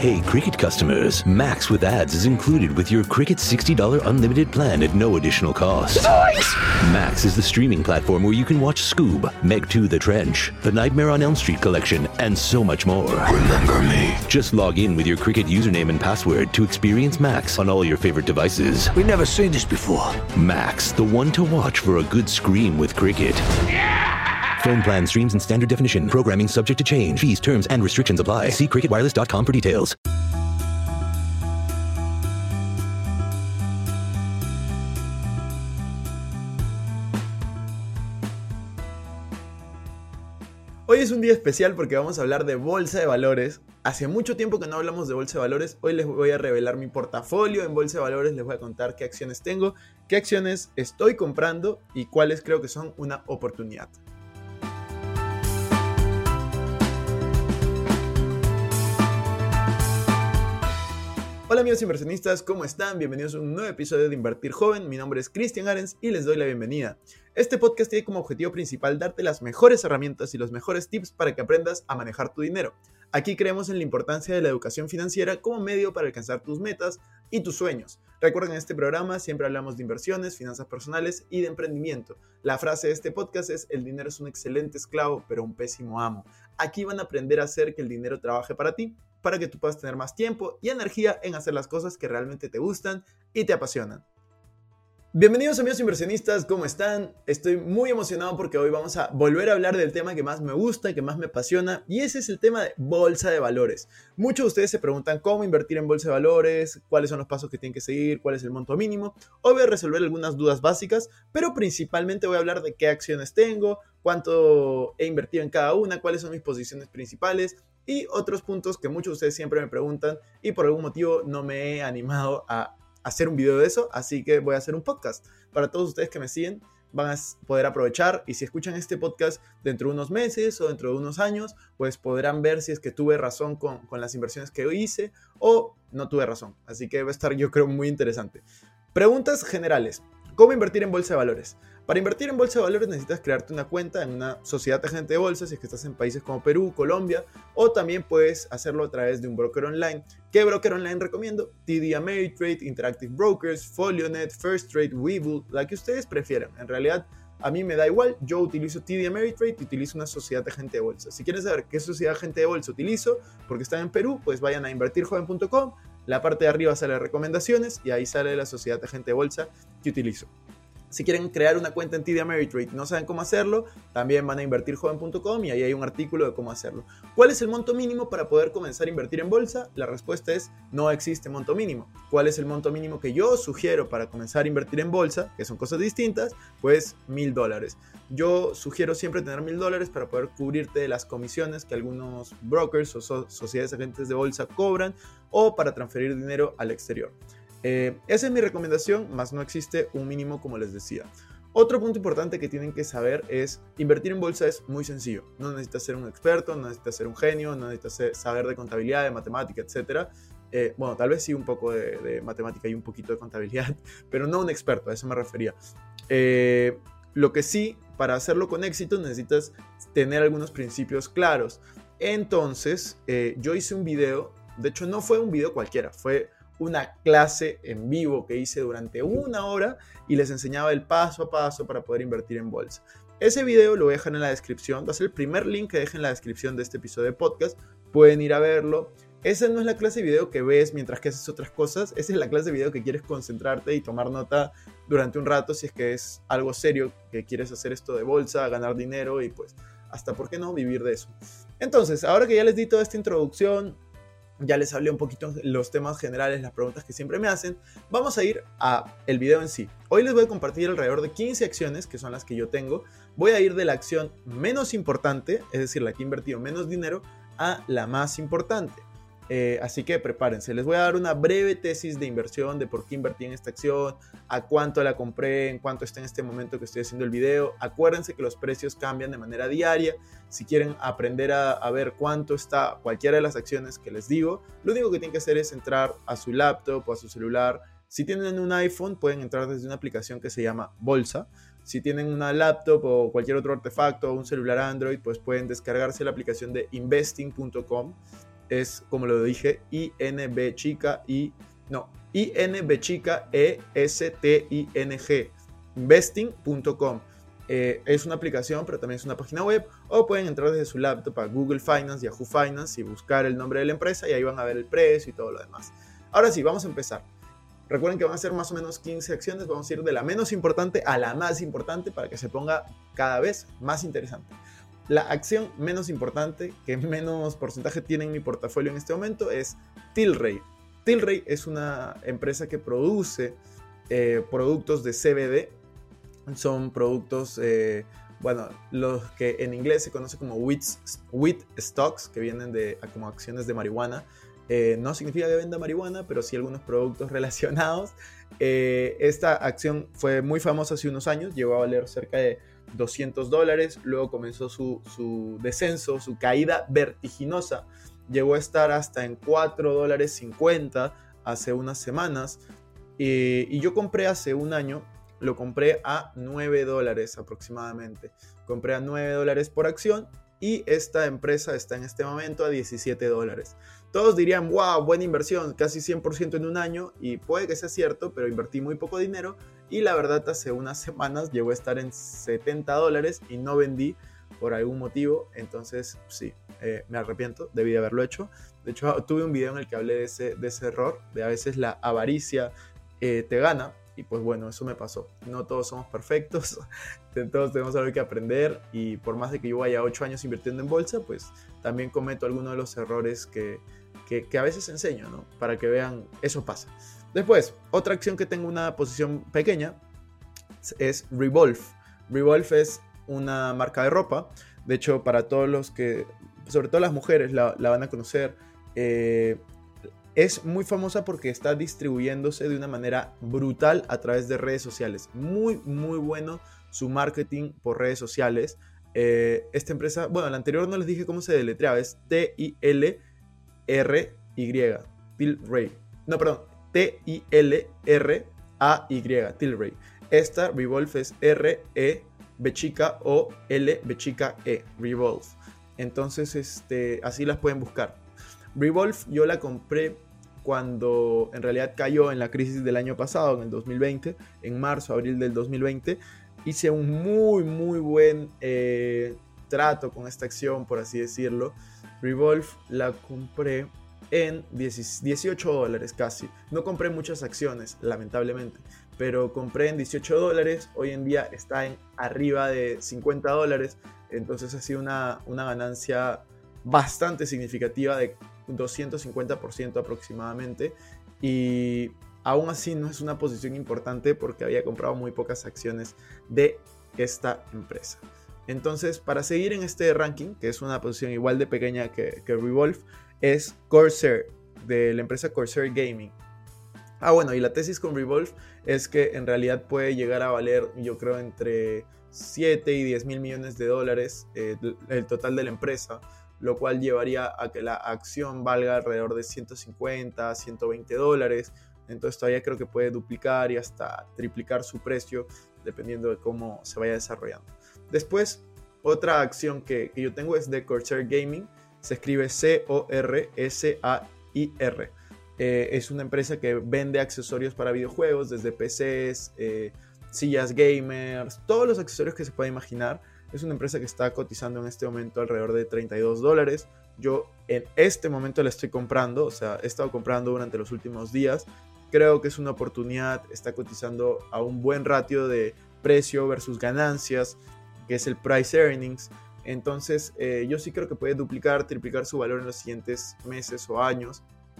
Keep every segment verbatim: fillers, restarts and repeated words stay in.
Hey, Cricket customers, Max with ads is included with your Cricket sixty dollars unlimited plan at no additional cost. Nice! Max is the streaming platform where you can watch Scoob, Meg two The Trench, The Nightmare on Elm Street collection, and so much more. Remember me. Just log in with your Cricket username and password to experience Max on all your favorite devices. We've never seen this before. Max, the one to watch for a good scream with Cricket. Yeah! Phone plan streams in standard definition. Programming subject to change. Fees, terms, and restrictions apply. See cricket wireless dot com for details. Hoy es un día especial porque vamos a hablar de bolsa de valores. Hace mucho tiempo que no hablamos de bolsa de valores. Hoy les voy a revelar mi portafolio en bolsa de valores. Les voy a contar qué acciones tengo, qué acciones estoy comprando y cuáles creo que son una oportunidad. Hola amigos inversionistas, ¿cómo están? Bienvenidos a un nuevo episodio de Invertir Joven. Mi nombre es Cristian Arens y les doy la bienvenida. Este podcast tiene como objetivo principal darte las mejores herramientas y los mejores tips para que aprendas a manejar tu dinero. Aquí creemos en la importancia de la educación financiera como medio para alcanzar tus metas y tus sueños. Recuerden, en este programa siempre hablamos de inversiones, finanzas personales y de emprendimiento. La frase de este podcast es: el dinero es un excelente esclavo, pero un pésimo amo. Aquí van a aprender a hacer que el dinero trabaje para ti, para que tú puedas tener más tiempo y energía en hacer las cosas que realmente te gustan y te apasionan. Bienvenidos amigos inversionistas, ¿cómo están? Estoy muy emocionado porque hoy vamos a volver a hablar del tema que más me gusta, que más me apasiona, y ese es el tema de bolsa de valores. Muchos de ustedes se preguntan cómo invertir en bolsa de valores, cuáles son los pasos que tienen que seguir, cuál es el monto mínimo. Hoy voy a resolver algunas dudas básicas, pero principalmente voy a hablar de qué acciones tengo, cuánto he invertido en cada una, cuáles son mis posiciones principales y otros puntos que muchos de ustedes siempre me preguntan y por algún motivo no me he animado a hacer un video de eso, así que voy a hacer un podcast. Para todos ustedes que me siguen, van a poder aprovechar, y si escuchan este podcast dentro de unos meses o dentro de unos años, pues podrán ver si es que tuve razón con, con las inversiones que hice o no tuve razón. Así que va a estar, yo creo, muy interesante. Preguntas generales. ¿Cómo invertir en bolsa de valores? Para invertir en bolsa de valores necesitas crearte una cuenta en una sociedad agente de bolsa si es que estás en países como Perú, Colombia, o también puedes hacerlo a través de un broker online. ¿Qué broker online recomiendo? T D Ameritrade, Interactive Brokers, Folionet, First Trade, Webull, la que ustedes prefieran. En realidad, a mí me da igual, yo utilizo T D Ameritrade y utilizo una sociedad agente de bolsa. Si quieren saber qué sociedad agente de bolsa utilizo, porque están en Perú, pues vayan a invertir joven punto com. La parte de arriba sale recomendaciones y ahí sale la sociedad agente de bolsa que utilizo. Si quieren crear una cuenta en T D Ameritrade y no saben cómo hacerlo, también van a invertir joven punto com y ahí hay un artículo de cómo hacerlo. ¿Cuál es el monto mínimo para poder comenzar a invertir en bolsa? La respuesta es: no existe monto mínimo. ¿Cuál es el monto mínimo que yo sugiero para comenzar a invertir en bolsa? Que son cosas distintas, pues mil dólares. Yo sugiero siempre tener mil dólares para poder cubrirte de las comisiones que algunos brokers o so- sociedades agentes de bolsa cobran o para transferir dinero al exterior. Eh, esa es mi recomendación, más no existe un mínimo, como les decía. Otro punto importante que tienen que saber es: invertir en bolsa es muy sencillo. No necesitas ser un experto, no necesitas ser un genio, no necesitas saber de contabilidad, de matemática, etcétera. Eh, bueno, tal vez sí un poco de, de matemática y un poquito de contabilidad, pero no un experto, a eso me refería. Eh, lo que sí, para hacerlo con éxito necesitas tener algunos principios claros. Entonces, eh, yo hice un video, de hecho no fue un video cualquiera, fue una clase en vivo que hice durante una hora y les enseñaba el paso a paso para poder invertir en bolsa. Ese video lo voy a dejar en la descripción, va a ser el primer link que deje en la descripción de este episodio de podcast, pueden ir a verlo. Esa no es la clase de video que ves mientras que haces otras cosas, esa es la clase de video que quieres concentrarte y tomar nota durante un rato si es que es algo serio, que quieres hacer esto de bolsa, ganar dinero y pues hasta, ¿por qué no?, vivir de eso. Entonces, ahora que ya les di toda esta introducción, ya les hablé un poquito los temas generales, las preguntas que siempre me hacen, vamos a ir a el video en sí. Hoy les voy a compartir alrededor de quince acciones, que son las que yo tengo. Voy a ir de la acción menos importante, es decir, la que he invertido menos dinero, a la más importante. Eh, así que prepárense, les voy a dar una breve tesis de inversión, de por qué invertí en esta acción, a cuánto la compré, en cuánto está en este momento que estoy haciendo el video. Acuérdense que los precios cambian de manera diaria. Si quieren aprender a, a ver cuánto está cualquiera de las acciones que les digo, lo único que tienen que hacer es entrar a su laptop o a su celular. Si tienen un iPhone, pueden entrar desde una aplicación que se llama Bolsa. Si tienen una laptop o cualquier otro artefacto o un celular Android, pues pueden descargarse la aplicación de investing punto com. es como lo dije, I N B chica y no, I N B chica E S T I N G, investing punto com. Eh, es una aplicación, pero también es una página web, o pueden entrar desde su laptop a Google Finance, Yahoo Finance y buscar el nombre de la empresa y ahí van a ver el precio y todo lo demás. Ahora sí, vamos a empezar. Recuerden que van a ser más o menos quince acciones, vamos a ir de la menos importante a la más importante para que se ponga cada vez más interesante. La acción menos importante, que menos porcentaje tiene en mi portafolio en este momento, es Tilray. Tilray es una empresa que produce eh, productos de C B D. Son productos, eh, bueno, los que en inglés se conoce como wheat, wheat stocks, que vienen de como acciones de marihuana. Eh, no significa que venda marihuana, pero sí algunos productos relacionados. Eh, esta acción fue muy famosa hace unos años, llegó a valer cerca de doscientos dólares, luego comenzó su, su descenso, su caída vertiginosa, llegó a estar hasta en cuatro dólares cincuenta hace unas semanas, y, y yo compré hace un año, lo compré a nueve dólares aproximadamente, compré a nueve dólares por acción, y esta empresa está en este momento a diecisiete dólares. Todos dirían, wow, buena inversión, casi cien por ciento en un año, y puede que sea cierto, pero invertí muy poco dinero, y la verdad hace unas semanas llegó a estar en setenta dólares y no vendí por algún motivo, entonces sí, eh, me arrepiento, debí de haberlo hecho. De hecho, tuve un video en el que hablé de ese, de ese error, de a veces la avaricia eh, te gana, y pues bueno, eso me pasó. No todos somos perfectos, todos tenemos algo que aprender, y por más de que yo vaya ocho años invirtiendo en bolsa, pues también cometo algunos de los errores que, que, que a veces enseño, ¿no? Para que vean, eso pasa. Después, otra acción que tengo una posición pequeña es Revolve. Revolve es una marca de ropa. De hecho, para todos los que, sobre todo las mujeres, la, la van a conocer. Eh, es muy famosa porque está distribuyéndose de una manera brutal a través de redes sociales. Muy, muy bueno su marketing por redes sociales. Eh, esta empresa, bueno, la anterior no les dije cómo se deletreaba, es T I L R Y, Tilray. No, perdón, T I L R A Y, Tilray. Esta, Revolve, es R E B chica O L B chica E, Revolve. Entonces, este, así las pueden buscar. Revolve yo la compré cuando en realidad cayó en la crisis del año pasado, en el dos mil veinte, en marzo, abril del dos mil veinte. Hice un muy, muy buen eh, trato con esta acción, por así decirlo. Revolve la compré en dieciocho dólares casi. No compré muchas acciones, lamentablemente, pero compré en dieciocho dólares. Hoy en día está en arriba de cincuenta dólares. Entonces ha sido una, una ganancia bastante significativa de doscientos cincuenta por ciento aproximadamente, y aún así no es una posición importante porque había comprado muy pocas acciones de esta empresa. Entonces, para seguir en este ranking, que es una posición igual de pequeña que, que Revolve, es Corsair, de la empresa Corsair Gaming. Ah, bueno, y la tesis con Revolve es que en realidad puede llegar a valer, yo creo, entre siete y diez mil millones de dólares eh, el total de la empresa, lo cual llevaría a que la acción valga alrededor de ciento cincuenta, ciento veinte dólares. Entonces todavía creo que puede duplicar y hasta triplicar su precio dependiendo de cómo se vaya desarrollando. Después, otra acción que, que yo tengo es de Corsair Gaming. Se escribe C O R S A I R. Eh, es una empresa que vende accesorios para videojuegos, desde P Cs, eh, sillas gamers, todos los accesorios que se pueda imaginar. Es una empresa que está cotizando en este momento alrededor de treinta y dos dólares. Yo en este momento la estoy comprando, o sea, he estado comprando durante los últimos días. Creo que es una oportunidad, está cotizando a un buen ratio de precio versus ganancias, que es el price earnings. Entonces, eh, yo sí creo que puede duplicar, triplicar su valor en los siguientes meses o años.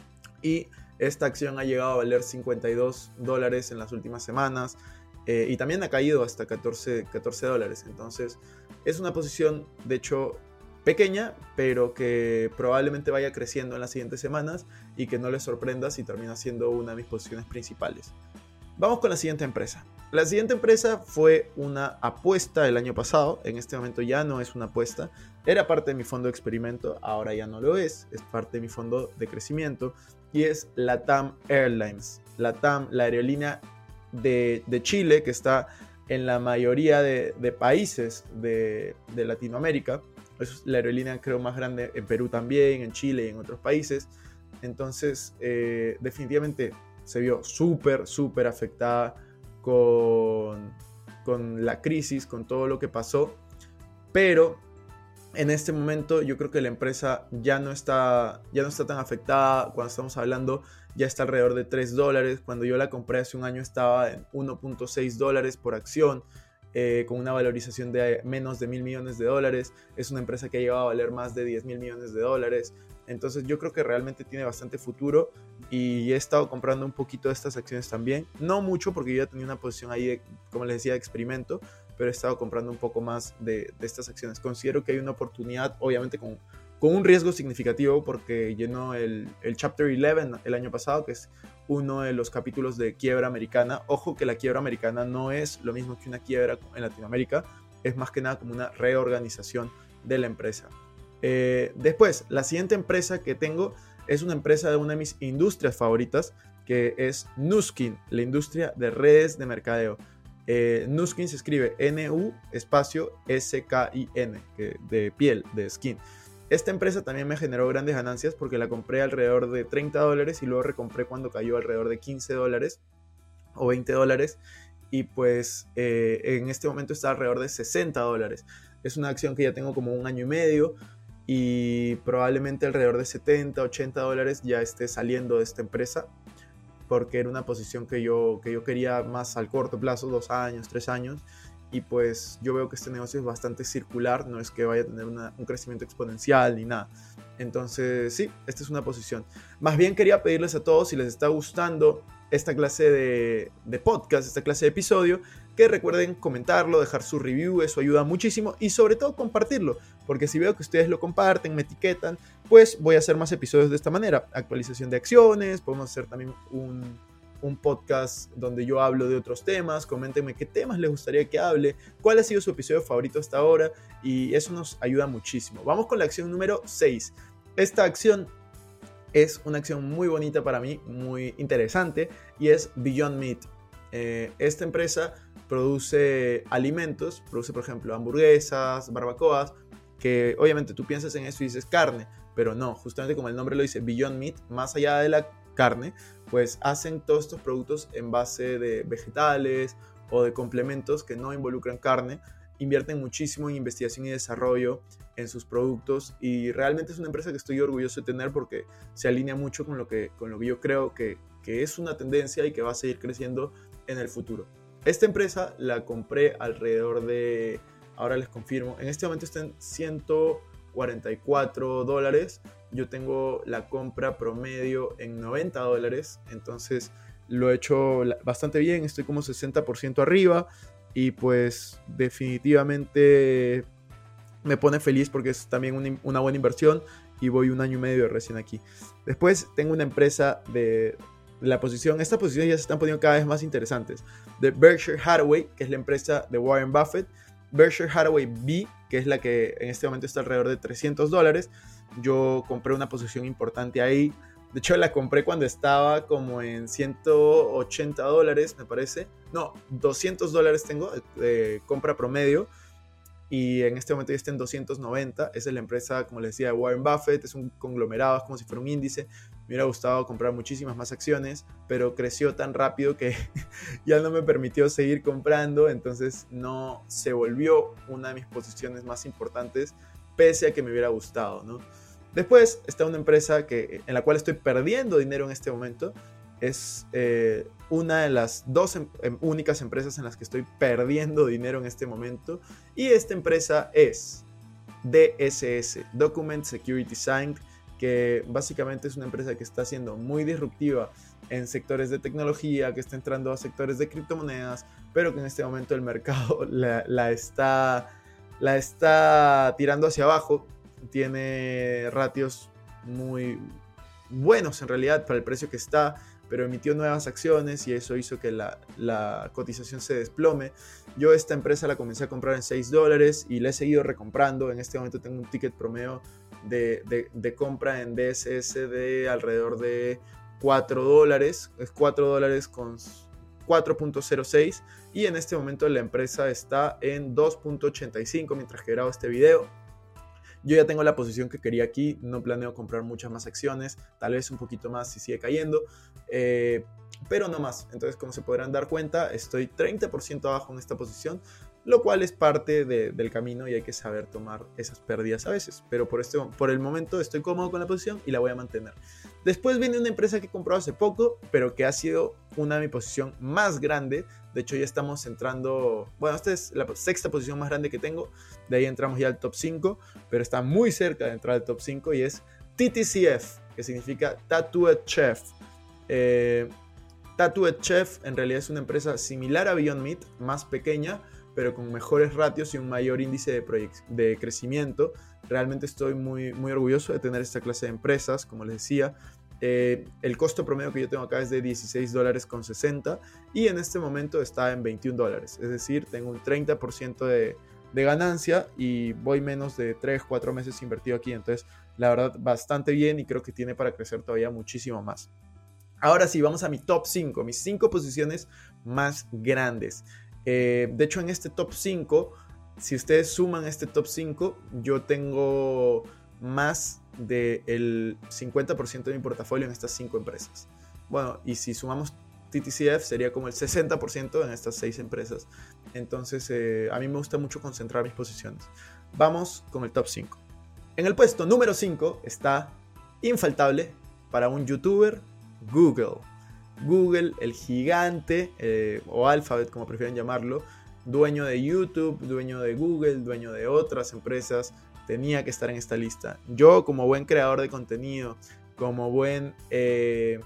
Y esta acción ha llegado a valer cincuenta y dos dólares en las últimas semanas. Eh, y también ha caído hasta catorce dólares. Entonces es una posición de hecho pequeña, pero que probablemente vaya creciendo en las siguientes semanas y que no les sorprenda si termina siendo una de mis posiciones principales. Vamos con la siguiente empresa. La siguiente empresa fue una apuesta el año pasado. En este momento ya no es una apuesta. Era parte de mi fondo de experimento, ahora ya no lo es. Es parte de mi fondo de crecimiento y es LATAM Airlines. LATAM, la aerolínea De, de Chile, que está en la mayoría de, de países de, de Latinoamérica. Es la aerolínea creo más grande en Perú también, en Chile y en otros países. Entonces, eh, definitivamente se vio súper, súper afectada con, con la crisis, con todo lo que pasó. Pero en este momento yo creo que la empresa ya no está, ya no está tan afectada. Cuando estamos hablando ya está alrededor de tres dólares. Cuando yo la compré hace un año estaba en uno punto seis dólares por acción. Eh, con una valorización de menos de mil millones de dólares. Es una empresa que ha llegado a valer más de diez mil millones de dólares. Entonces yo creo que realmente tiene bastante futuro y he estado comprando un poquito de estas acciones también. No mucho porque yo ya tenía una posición ahí, de, como les decía, de experimento, pero he estado comprando un poco más de, de estas acciones. Considero que hay una oportunidad, obviamente con, con un riesgo significativo, porque llenó el, el Chapter once el año pasado, que es uno de los capítulos de quiebra americana. Ojo que la quiebra americana no es lo mismo que una quiebra en Latinoamérica, es más que nada como una reorganización de la empresa. Eh, después, la siguiente empresa que tengo es una empresa de una de mis industrias favoritas, que es Nuskin, la industria de redes de mercadeo. Eh, Nuskin se escribe N U espacio S K I N, que de piel, de skin. Esta empresa también me generó grandes ganancias porque la compré alrededor de treinta dólares y luego recompré cuando cayó alrededor de quince dólares o veinte dólares y pues eh, en este momento está alrededor de sesenta dólares. Es una acción que ya tengo como un año y medio y probablemente alrededor de setenta, ochenta dólares ya esté saliendo de esta empresa porque era una posición que yo, que yo quería más al corto plazo, dos años, tres años. Y pues yo veo que este negocio es bastante circular, no es que vaya a tener una, un crecimiento exponencial ni nada. Entonces sí, esta es una posición. Más bien quería pedirles a todos, si les está gustando esta clase de, de podcast, esta clase de episodio, que recuerden comentarlo, dejar su review, eso ayuda muchísimo. Y sobre todo compartirlo, porque si veo que ustedes lo comparten, me etiquetan, pues voy a hacer más episodios de esta manera. Actualización de acciones, podemos hacer también un... un podcast donde yo hablo de otros temas. Coméntenme qué temas les gustaría que hable, cuál ha sido su episodio favorito hasta ahora y eso nos ayuda muchísimo. Vamos con la acción número seis. Esta acción es una acción muy bonita para mí, muy interesante y es Beyond Meat. Eh, esta empresa produce alimentos, produce por ejemplo hamburguesas, barbacoas, que obviamente tú piensas en eso y dices carne, pero no, justamente como el nombre lo dice, Beyond Meat, más allá de la carne, pues hacen todos estos productos en base de vegetales o de complementos que no involucran carne. Invierten muchísimo en investigación y desarrollo en sus productos y realmente es una empresa que estoy orgulloso de tener porque se alinea mucho con lo que, con lo que yo creo que, que es una tendencia y que va a seguir creciendo en el futuro. Esta empresa la compré alrededor de, ahora les confirmo, en este momento está en ciento cuarenta y cuatro dólares. Yo tengo la compra promedio en noventa dólares, entonces lo he hecho bastante bien, estoy como sesenta por ciento arriba y pues definitivamente me pone feliz porque es también una, una buena inversión y voy un año y medio recién aquí. Después tengo una empresa de la posición, estas posiciones ya se están poniendo cada vez más interesantes, de Berkshire Hathaway, que es la empresa de Warren Buffett. Berkshire Hathaway B, que es la que en este momento está alrededor de trescientos dólares. Yo compré una posición importante ahí. De hecho, la compré cuando estaba como en ciento ochenta dólares, me parece. No, doscientos dólares tengo de compra promedio. Y en este momento ya está en doscientos noventa. Esa es la empresa, como les decía, de Warren Buffett. Es un conglomerado, es como si fuera un índice. Me hubiera gustado comprar muchísimas más acciones, pero creció tan rápido que ya no me permitió seguir comprando. Entonces no se volvió una de mis posiciones más importantes, pese a que me hubiera gustado, ¿no? Después está una empresa que, en la cual estoy perdiendo dinero en este momento. Es eh, una de las dos em- em- únicas empresas en las que estoy perdiendo dinero en este momento. Y esta empresa es D S S, Document Security Sign, que básicamente es una empresa que está siendo muy disruptiva en sectores de tecnología, que está entrando a sectores de criptomonedas, pero que en este momento el mercado la, la, está, la está tirando hacia abajo. Tiene ratios muy buenos en realidad para el precio que está, pero emitió nuevas acciones y eso hizo que la, la cotización se desplome. Yo esta empresa la comencé a comprar en seis dólares y la he seguido recomprando. En este momento tengo un ticket promedio de, de, de compra en D S S de alrededor de cuatro dólares. Es cuatro dólares con cuatro punto cero seis y en este momento la empresa está en dos punto ochenta y cinco mientras que grabo este video. Yo ya tengo la posición que quería aquí, no planeo comprar muchas más acciones, tal vez un poquito más si sigue cayendo, eh, pero no más. Entonces, como se podrán dar cuenta, estoy treinta por ciento abajo en esta posición, lo cual es parte de, del camino y hay que saber tomar esas pérdidas a veces. Pero por, este, por el momento estoy cómodo con la posición y la voy a mantener. Después viene una empresa que he comprado hace poco, pero que ha sido una de mi posición más grande. De hecho, ya estamos entrando... Bueno, esta es la sexta posición más grande que tengo. De ahí entramos ya al top cinco, pero está muy cerca de entrar al top cinco y es T T C F, que significa Tattooed Chef. Eh, Tattooed Chef en realidad es una empresa similar a Beyond Meat, más pequeña, pero con mejores ratios y un mayor índice de, de crecimiento. Realmente estoy muy, muy orgulloso de tener esta clase de empresas, como les decía. Eh, el costo promedio que yo tengo acá es de dieciséis dólares con sesenta y en este momento está en veintiún dólares. Es decir, tengo un treinta por ciento de, de ganancia y voy menos de tres, cuatro meses invertido aquí. Entonces, la verdad, bastante bien y creo que tiene para crecer todavía muchísimo más. Ahora sí, vamos a mi top cinco, mis cinco posiciones más grandes. Eh, de hecho, en este top cinco, si ustedes suman este top cinco, yo tengo más del cincuenta por ciento de mi portafolio en estas cinco empresas. Bueno, y si sumamos T T C F, sería como el sesenta por ciento en estas seis empresas. Entonces, eh, a mí me gusta mucho concentrar mis posiciones. Vamos con el top cinco. En el puesto número cinco está, infaltable, para un youtuber, Google. Google, el gigante, eh, o Alphabet, como prefieren llamarlo, dueño de YouTube, dueño de Google, dueño de otras empresas, tenía que estar en esta lista. Yo, como buen creador de contenido, como buen eh,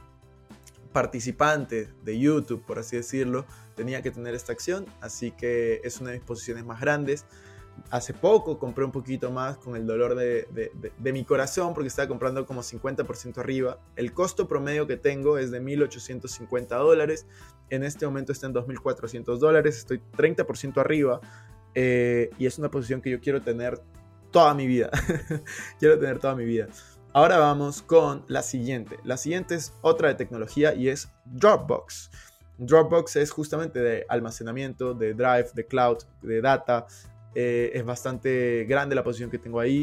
participante de YouTube, por así decirlo, tenía que tener esta acción, así que es una de mis posiciones más grandes. Hace poco compré un poquito más con el dolor de, de, de, de mi corazón porque estaba comprando como cincuenta por ciento arriba. El costo promedio que tengo es de mil ochocientos cincuenta dólares. En este momento está en dos mil cuatrocientos dólares. Estoy treinta por ciento arriba eh, y es una posición que yo quiero tener toda mi vida. Quiero tener toda mi vida. Ahora vamos con la siguiente. La siguiente es otra de tecnología y es Dropbox. Dropbox es justamente de almacenamiento, de drive, de cloud, de data. Eh, es bastante grande la posición que tengo ahí.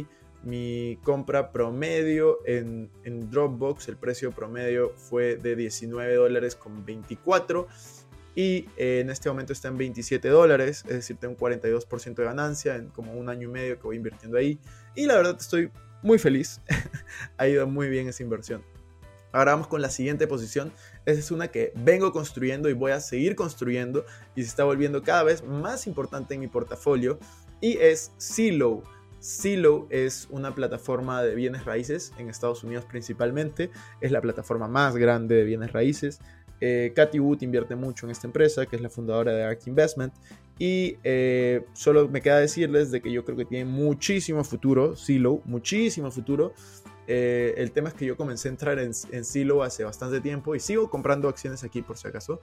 Mi compra promedio en, en Dropbox, el precio promedio fue de diecinueve dólares con veinticuatro y eh, en este momento está en veintisiete dólares, es decir, tengo un cuarenta y dos por ciento de ganancia en como un año y medio que voy invirtiendo ahí y la verdad estoy muy feliz. Ha ido muy bien esa inversión. Ahora vamos con la siguiente posición. Esa es una que vengo construyendo y voy a seguir construyendo y se está volviendo cada vez más importante en mi portafolio y es Zillow. Zillow es una plataforma de bienes raíces en Estados Unidos principalmente. Es la plataforma más grande de bienes raíces. Eh, Cathie Wood invierte mucho en esta empresa, que es la fundadora de ARK Investment. Y eh, solo me queda decirles de que yo creo que tiene muchísimo futuro Zillow, muchísimo futuro. Eh, el tema es que yo comencé a entrar en, en Zillow hace bastante tiempo y sigo comprando acciones aquí por si acaso.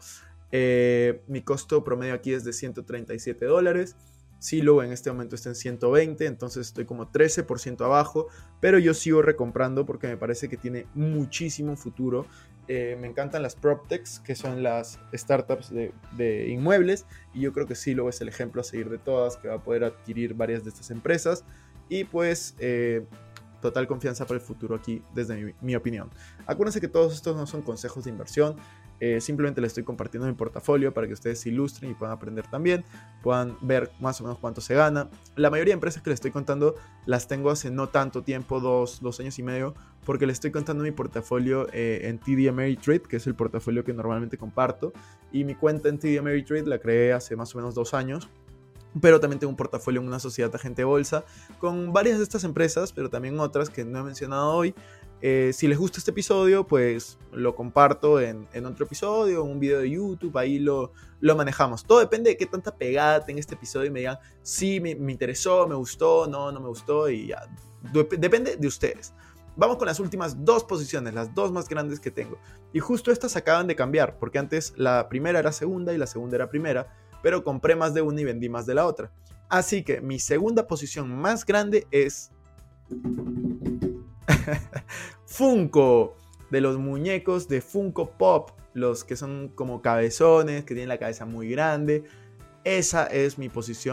Eh, mi costo promedio aquí es de ciento treinta y siete dólares. Zillow en este momento está en ciento veinte, entonces estoy como trece por ciento abajo, pero yo sigo recomprando porque me parece que tiene muchísimo futuro. Eh, me encantan las PropTechs, que son las startups de, de inmuebles, y yo creo que Zillow es el ejemplo a seguir de todas, que va a poder adquirir varias de estas empresas, y pues... Eh, total confianza para el futuro aquí desde mi, mi opinión. Acuérdense que todos estos no son consejos de inversión, eh, simplemente les estoy compartiendo mi portafolio para que ustedes se ilustren y puedan aprender también, puedan ver más o menos cuánto se gana. La mayoría de empresas que les estoy contando las tengo hace no tanto tiempo, dos, dos años y medio, porque les estoy contando mi portafolio eh, en T D Ameritrade, que es el portafolio que normalmente comparto, y mi cuenta en T D Ameritrade la creé hace más o menos dos años. Pero también tengo un portafolio en una sociedad agente bolsa con varias de estas empresas, pero también otras que no he mencionado hoy. Eh, si les gusta este episodio, pues lo comparto en, en otro episodio, en un video de YouTube, ahí lo, lo manejamos. Todo depende de qué tanta pegada tenga este episodio y me digan, sí, me, me interesó, me gustó, no, no me gustó y ya. Dep- depende de ustedes. Vamos con las últimas dos posiciones, las dos más grandes que tengo. Y justo estas acaban de cambiar, porque antes la primera era segunda y la segunda era primera, pero compré más de una y vendí más de la otra. Así que mi segunda posición más grande es Funko, de los muñecos de Funko Pop, los que son como cabezones, que tienen la cabeza muy grande. Esa es mi posición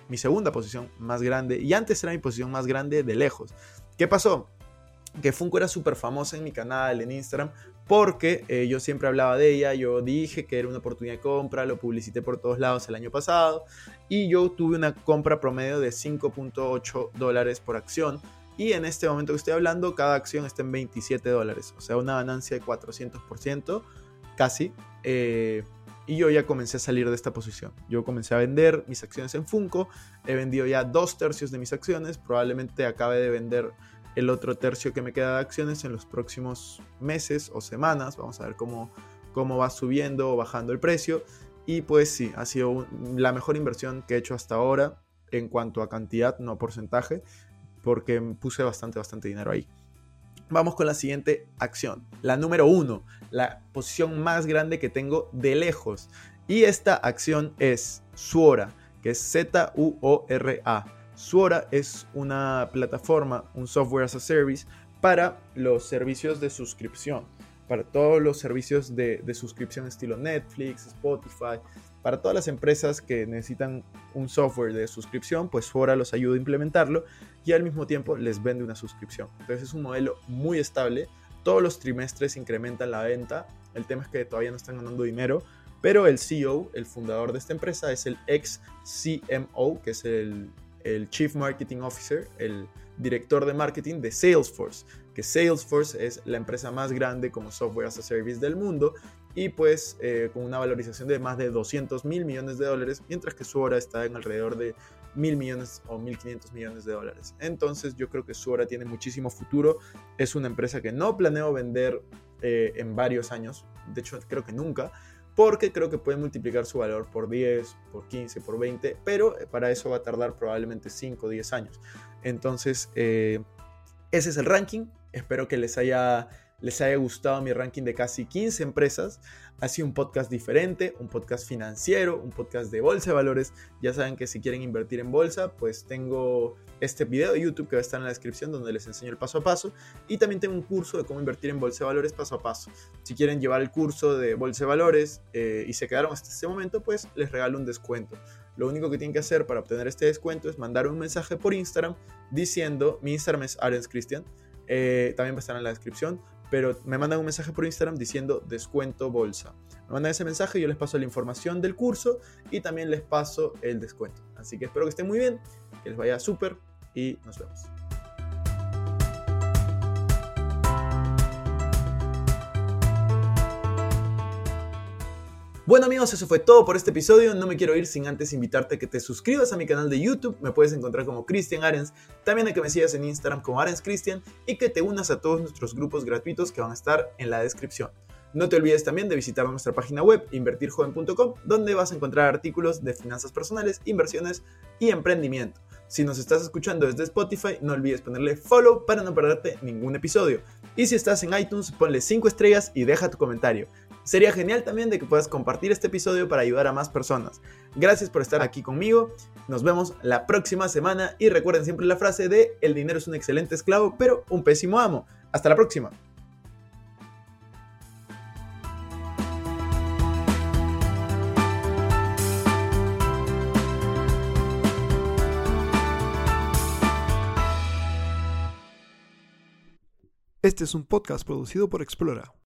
mi segunda posición más grande, y antes era mi posición más grande de lejos. ¿Qué pasó? Que Funko era súper famosa en mi canal, en Instagram, porque eh, yo siempre hablaba de ella, yo dije que era una oportunidad de compra, lo publicité por todos lados el año pasado, y yo tuve una compra promedio de cinco punto ocho dólares por acción, y en este momento que estoy hablando, cada acción está en veintisiete dólares, o sea, una ganancia de cuatrocientos por ciento, casi, eh, y yo ya comencé a salir de esta posición. Yo comencé a vender mis acciones en Funko, he vendido ya dos tercios de mis acciones, probablemente acabe de vender el otro tercio que me queda de acciones en los próximos meses o semanas. Vamos a ver cómo, cómo va subiendo o bajando el precio. Y pues sí, ha sido un, la mejor inversión que he hecho hasta ahora en cuanto a cantidad, no porcentaje, porque puse bastante, bastante dinero ahí. Vamos con la siguiente acción. La número uno, la posición más grande que tengo de lejos. Y esta acción es Zuora, que es Z U O R A. Zuora es una plataforma, un software as a service para los servicios de suscripción, para todos los servicios de, de suscripción estilo Netflix, Spotify, para todas las empresas que necesitan un software de suscripción, pues Zuora los ayuda a implementarlo y al mismo tiempo les vende una suscripción. Entonces es un modelo muy estable, todos los trimestres incrementan la venta, el tema es que todavía no están ganando dinero, pero el C E O, el fundador de esta empresa, es el ex C M O, que es el... el Chief Marketing Officer, el director de marketing de Salesforce, que Salesforce es la empresa más grande como software as a service del mundo y pues eh, con una valorización de más de doscientos mil millones de dólares, mientras que Zuora está en alrededor de mil millones o mil quinientos millones de dólares. Entonces yo creo que Zuora tiene muchísimo futuro, es una empresa que no planeo vender eh, en varios años, de hecho creo que nunca, porque creo que puede multiplicar su valor por diez, por quince, por veinte, pero para eso va a tardar probablemente cinco o diez años. Entonces, eh, ese es el ranking. Espero que les haya, les haya gustado mi ranking de casi quince empresas. Ha sido un podcast diferente, un podcast financiero, un podcast de bolsa de valores. Ya saben que si quieren invertir en bolsa, pues tengo este video de YouTube que va a estar en la descripción donde les enseño el paso a paso. Y también tengo un curso de cómo invertir en bolsa de valores paso a paso. Si quieren llevar el curso de bolsa de valores eh, y se quedaron hasta este momento, pues les regalo un descuento. Lo único que tienen que hacer para obtener este descuento es mandar un mensaje por Instagram diciendo, mi Instagram es Arens Cristian, eh, también va a estar en la descripción, pero me mandan un mensaje por Instagram diciendo descuento bolsa. Me mandan ese mensaje, yo les paso la información del curso y también les paso el descuento. Así que espero que estén muy bien, que les vaya súper y nos vemos. Bueno amigos, eso fue todo por este episodio. No me quiero ir sin antes invitarte a que te suscribas a mi canal de YouTube. Me puedes encontrar como Cristian Arens. También a que me sigas en Instagram como Arens Cristian y que te unas a todos nuestros grupos gratuitos que van a estar en la descripción. No te olvides también de visitar nuestra página web invertir joven punto com, donde vas a encontrar artículos de finanzas personales, inversiones y emprendimiento. Si nos estás escuchando desde Spotify, no olvides ponerle follow para no perderte ningún episodio. Y si estás en iTunes, ponle cinco estrellas y deja tu comentario. Sería genial también de que puedas compartir este episodio para ayudar a más personas. Gracias por estar aquí conmigo, nos vemos la próxima semana y recuerden siempre la frase de el dinero es un excelente esclavo, pero un pésimo amo. Hasta la próxima. Este es un podcast producido por Explora.